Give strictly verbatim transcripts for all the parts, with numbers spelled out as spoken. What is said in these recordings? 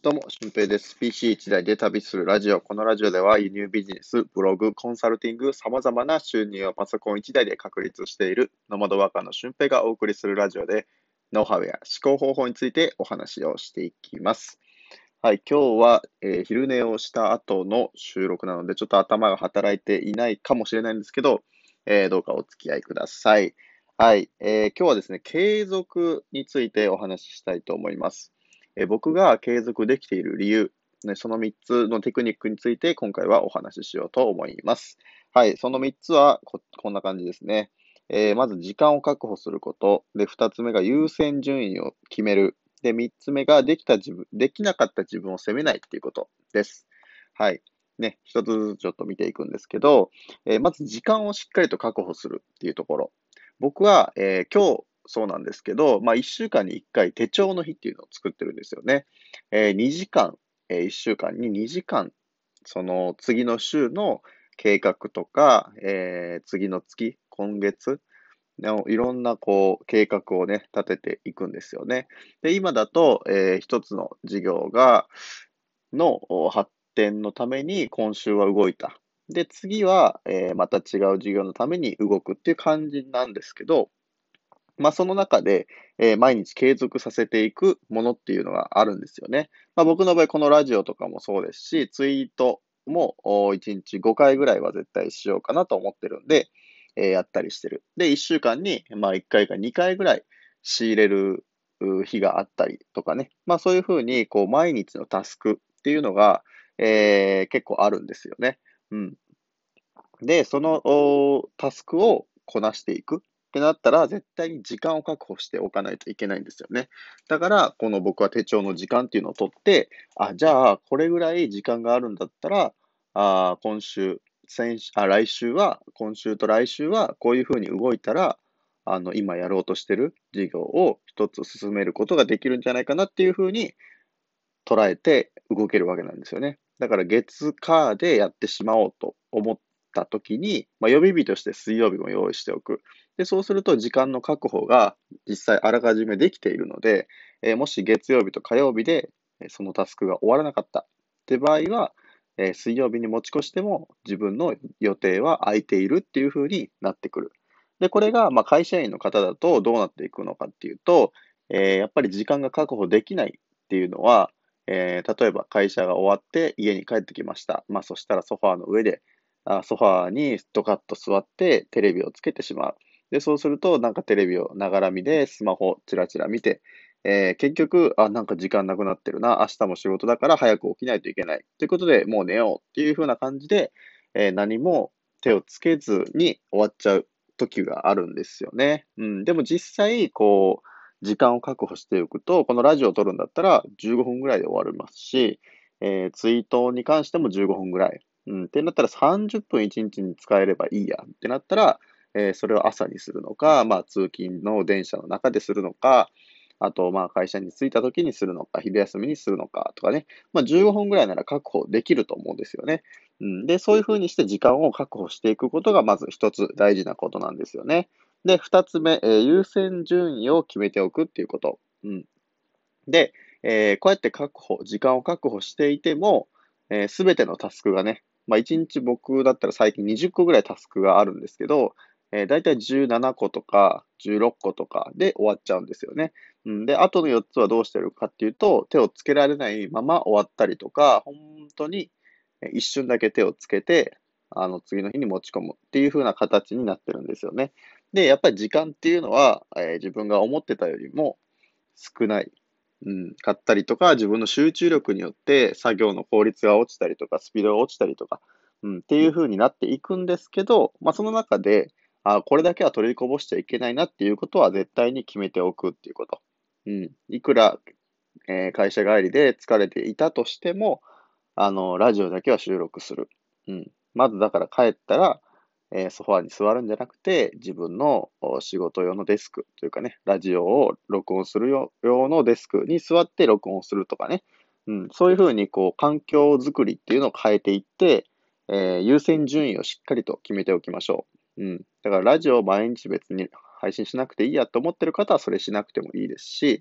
どうも、俊平です。ピーシーいち 台で旅するラジオ。このラジオでは輸入ビジネス、ブログ、コンサルティング、様々な収入をパソコンいち台で確立しているノマドワーカーの俊平がお送りするラジオで、ノウハウや思考方法についてお話をしていきます。はい、今日は、えー昼寝をした後の収録なので、ちょっと頭が働いていないかもしれないんですけど、えーどうかお付き合いください。はい、えー今日はですね、継続についてお話ししたいと思います。えー僕が継続できている理由、ね、そのみっつのテクニックについて今回はお話ししようと思います。はい、そのみっつはこ、こんな感じですね。えーまず時間を確保すること。で、ふたつめが優先順位を決める。で、みっつめができた自分、できなかった自分を責めないっていうことです。はい。ね、一つずつちょっと見ていくんですけど、えーまず時間をしっかりと確保するっていうところ。僕は、えー今日そうなんですけど、まあいっしゅうかんにいっかい手帳の日っていうのを作ってるんですよね。えーにじかん、えーいっしゅうかんににじかん、その次の週の計画とか、えー次の月、今月、のいろんなこう計画をね、立てていくんですよね。で、今だと、えー一つの事業が、のお発展のために今週は動いた。で、次は、えーまた違う事業のために動くっていう感じなんですけど、まあ、その中で、えー毎日継続させていくものっていうのがあるんですよね。まあ、僕の場合、このラジオとかもそうですし、ツイートもおいちにちごかいぐらいは絶対しようかなと思ってるんで、えーやったりしてる。で、いっしゅうかんに、まあ、いっかいかにかいぐらい仕入れるう日があったりとかね。まあ、そういうふうに、こう、毎日のタスクっていうのが、えー結構あるんですよね。うん。で、そのおタスクをこなしていくってなったら、絶対に時間を確保しておかないといけないんですよね。だから、この僕は手帳の時間っていうのを取って、あ、じゃあ、これぐらい時間があるんだったら、あ、今週、先週、あ、来週は、今週と来週は、こういうふうに動いたら、あの、今やろうとしてる事業を一つ進めることができるんじゃないかなっていうふうに捉えて動けるわけなんですよね。だから月、火でやってしまおうと思ったときに、まあ、予備日として水曜日も用意しておく。で、そうすると時間の確保が実際あらかじめできているので、えーもし月曜日と火曜日でえーそのタスクが終わらなかったって場合は、えー水曜日に持ち越しても自分の予定は空いているっていう風になってくる。で、これがまあ会社員の方だとどうなっていくのかっていうと、えーやっぱり時間が確保できないっていうのは、えー例えば会社が終わって家に帰ってきました。まあそしたらソファーの上で、あソファーにドカッと座ってテレビをつけてしまう。で、そうするとなんかテレビをながら見でスマホチラチラ見て、えー結局、あ、なんか時間なくなってるな。明日も仕事だから早く起きないといけない。ということで、もう寝ようっていう風な感じで、えー何も手をつけずに終わっちゃう時があるんですよね。うん。でも実際、こう、時間を確保しておくと、このラジオを撮るんだったらじゅうごふんぐらいで終わりますし、えーツイートに関してもじゅうごふんぐらい。うん。ってなったらさんじゅっぷんいちにちに使えればいいやってなったら、えーそれを朝にするのか、まあ通勤の電車の中でするのか、あと、まあ、会社に着いた時にするのか、昼休みにするのかとかね。まあ、じゅうごふんぐらいなら確保できると思うんですよね。うん。で、そういうふうにして時間を確保していくことが、まず一つ大事なことなんですよね。で、二つ目、えー優先順位を決めておくっていうこと。うん。で、えーこうやって確保、時間を確保していても、えすべてのタスクがね、まあ、いちにち僕だったら最近にじゅっこぐらいタスクがあるんですけど、えー、だいたいじゅうななことかじゅうろっことかで終わっちゃうんですよね。うん、で、あとのよっつはどうしてるかっていうと、手をつけられないまま終わったりとか、本当にえ一瞬だけ手をつけて、あの、次の日に持ち込むっていう風な形になってるんですよね。で、やっぱり時間っていうのは、えー自分が思ってたよりも少ない。うん、買ったりとか、自分の集中力によって作業の効率が落ちたりとか、スピードが落ちたりとか、うん、っていう風になっていくんですけど、まあ、その中で、あ、これだけは取りこぼしちゃいけないなっていうことは絶対に決めておくっていうこと。うん、いくら、えー会社帰りで疲れていたとしても、あの、ラジオだけは収録する。うん。まずだから帰ったら、えーソファーに座るんじゃなくて、自分のお仕事用のデスクというかね、ラジオを録音するよ用のデスクに座って録音するとかね。うん。そういうふうに、こう、環境づくりっていうのを変えていって、えー優先順位をしっかりと決めておきましょう。うん。だからラジオを毎日別に配信しなくていいやと思ってる方はそれしなくてもいいですし、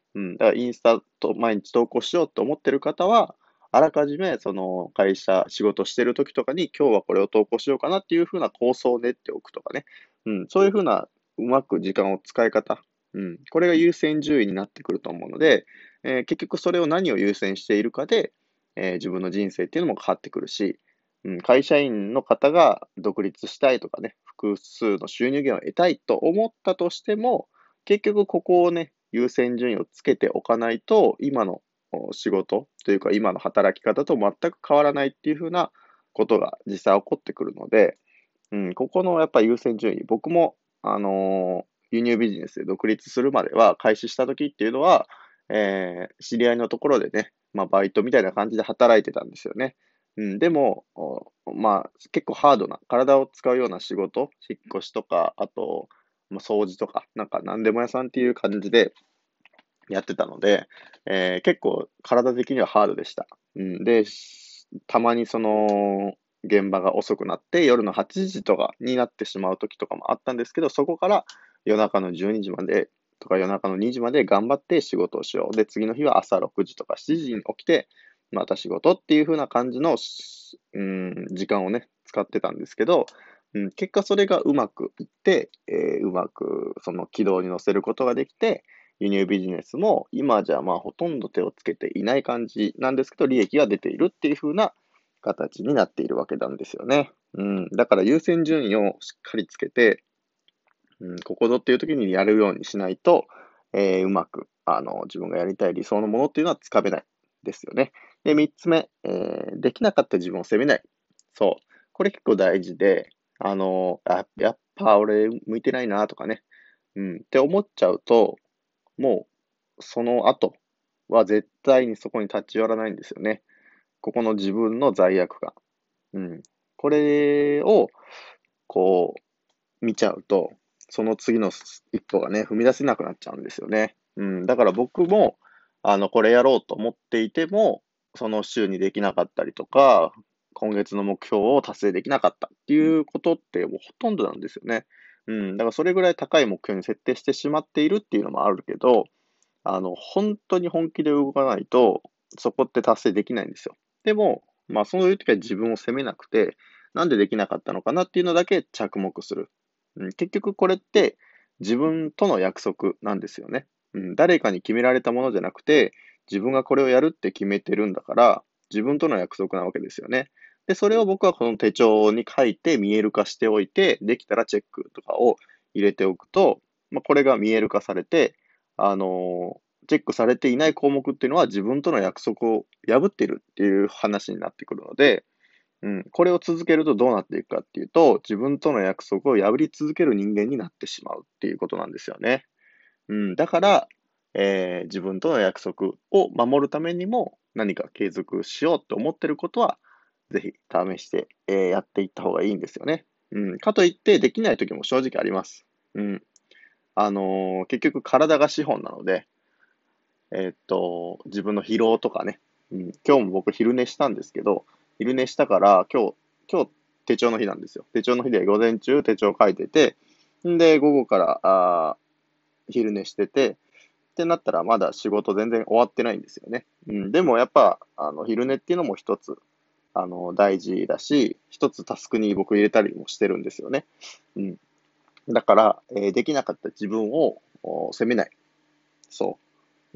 うん。だからインスタと毎日投稿しようと思ってる方は、あらかじめその会社、仕事してる時とかに今日はこれを投稿しようかなっていう風な構想を練っておくとかね。うん。そういう風なうまく時間を使い方。うん。これが優先順位になってくると思うので、えー結局それを何を優先しているかで、えー自分の人生っていうのも変わってくるし、うん、会社員の方が独立したいとかね、複数の収入源を得たいと思ったとしても、結局ここをね、優先順位をつけておかないと、今のお仕事というか今の働き方と全く変わらないっていうふうなことが実際起こってくるので、うん、ここのやっぱり優先順位、僕も、あのー輸入ビジネスで独立するまでは、開始した時っていうのは、えー知り合いのところでね、まあ、バイトみたいな感じで働いてたんですよね。うん、でも、おまあ、結構ハードな、体を使うような仕事、引っ越しとか、あと、まあ、掃除とか、なんか何でも屋さんっていう感じでやってたので、えー結構体的にはハードでした。うん、で、たまにその、現場が遅くなって夜のはちじとかになってしまう時とかもあったんですけど、そこから夜中のじゅうにじまでとか夜中のにじまで頑張って仕事をしよう。で、次の日は朝ろくじとかしちじに起きて、また仕事っていう風な感じの、うん、時間をね、使ってたんですけど、うん、結果それがうまくいって、えーうまくその軌道に乗せることができて、輸入ビジネスも今じゃまあほとんど手をつけていない感じなんですけど、利益が出ているっていう風な形になっているわけなんですよね。うん。だから優先順位をしっかりつけて、うん、ここぞっていう時にやるようにしないと、えーうまく、あの、自分がやりたい理想のものっていうのはつかめないですよね。で、三つ目、えーできなかった自分を責めない。そう。これ結構大事で、あの、あ、やっぱ俺向いてないなとかね、うん、って思っちゃうと、もう、その後は絶対にそこに立ち寄らないんですよね。ここの自分の罪悪感。うん。これを、こう、見ちゃうと、その次の一歩がね、踏み出せなくなっちゃうんですよね。うん。だから僕も、あの、これやろうと思っていても、その週にできなかったりとか、今月の目標を達成できなかったっていうことってもうほとんどなんですよね。うん。だからそれぐらい高い目標に設定してしまっているっていうのもあるけど、あの、本当に本気で動かないと、そこって達成できないんですよ。でも、まあ、そういう時は自分を責めなくて、なんでできなかったのかなっていうのだけ着目する。うん、結局これって自分との約束なんですよね。うん、誰かに決められたものじゃなくて、自分がこれをやるって決めてるんだから、自分との約束なわけですよね。で、それを僕はこの手帳に書いて見える化しておいて、できたらチェックとかを入れておくと、まあ、これが見える化されて、あの、チェックされていない項目っていうのは自分との約束を破っているっていう話になってくるので、うん、これを続けるとどうなっていくかっていうと、自分との約束を破り続ける人間になってしまうっていうことなんですよね。うん、だから、えー自分との約束を守るためにも何か継続しようと思ってることは、ぜひ試して、えーやっていった方がいいんですよね。うん、かといってできない時も正直あります。うん。あのー結局体が資本なので、えーっと、自分の疲労とかね、うん、今日も僕昼寝したんですけど、昼寝したから今日、今日手帳の日なんですよ。手帳の日で午前中手帳書いてて、んで、午後からあー昼寝してて、ってなったらまだ仕事全然終わってないんですよね。うん、でもやっぱ、あの、昼寝っていうのも一つ、あの、大事だし、一つタスクに僕入れたりもしてるんですよね。うん。だから、えーできなかった自分をお責めない。そう。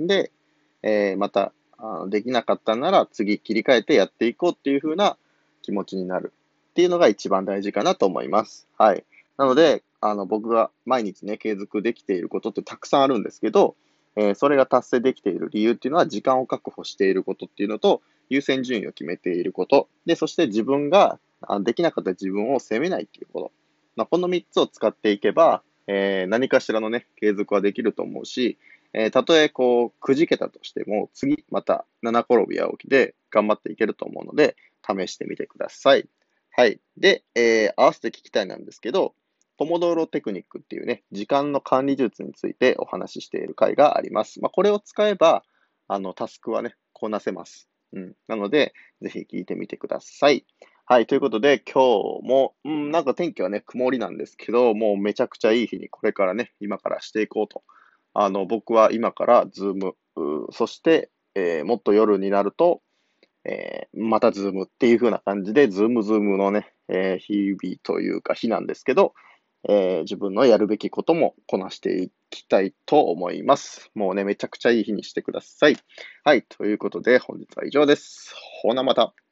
で、えーまた、あのできなかったなら次切り替えてやっていこうっていう風な気持ちになるっていうのが一番大事かなと思います。はい。なので、あの、僕が毎日ね、継続できていることってたくさんあるんですけど、えーそれが達成できている理由っていうのは時間を確保していることっていうのと、優先順位を決めていること、で、そして自分があできなかった自分を責めないっていうこと。まあ、このみっつを使っていけば、えー何かしらのね、継続はできると思うし、えーたとえこう、くじけたとしても、次、また、七転び八起きで頑張っていけると思うので、試してみてください。はい。で、えー合わせて聞きたいなんですけど、ポモドーロテクニックっていうね、時間の管理術についてお話ししている回があります。まあ、これを使えば、あの、タスクはね、こなせます。うん。なので、ぜひ聞いてみてください。はい。ということで、今日も、うん、なんか天気はね、曇りなんですけど、もうめちゃくちゃいい日にこれからね、今からしていこうとあの、僕は今からズームうそして、えーもっと夜になると、えーまたズームっていう風な感じで、ズームズームのね、えー日々というか日なんですけど、えー自分のやるべきこともこなしていきたいと思います。もうね、めちゃくちゃいい日にしてください。はい、ということで本日は以上です。ほなまた。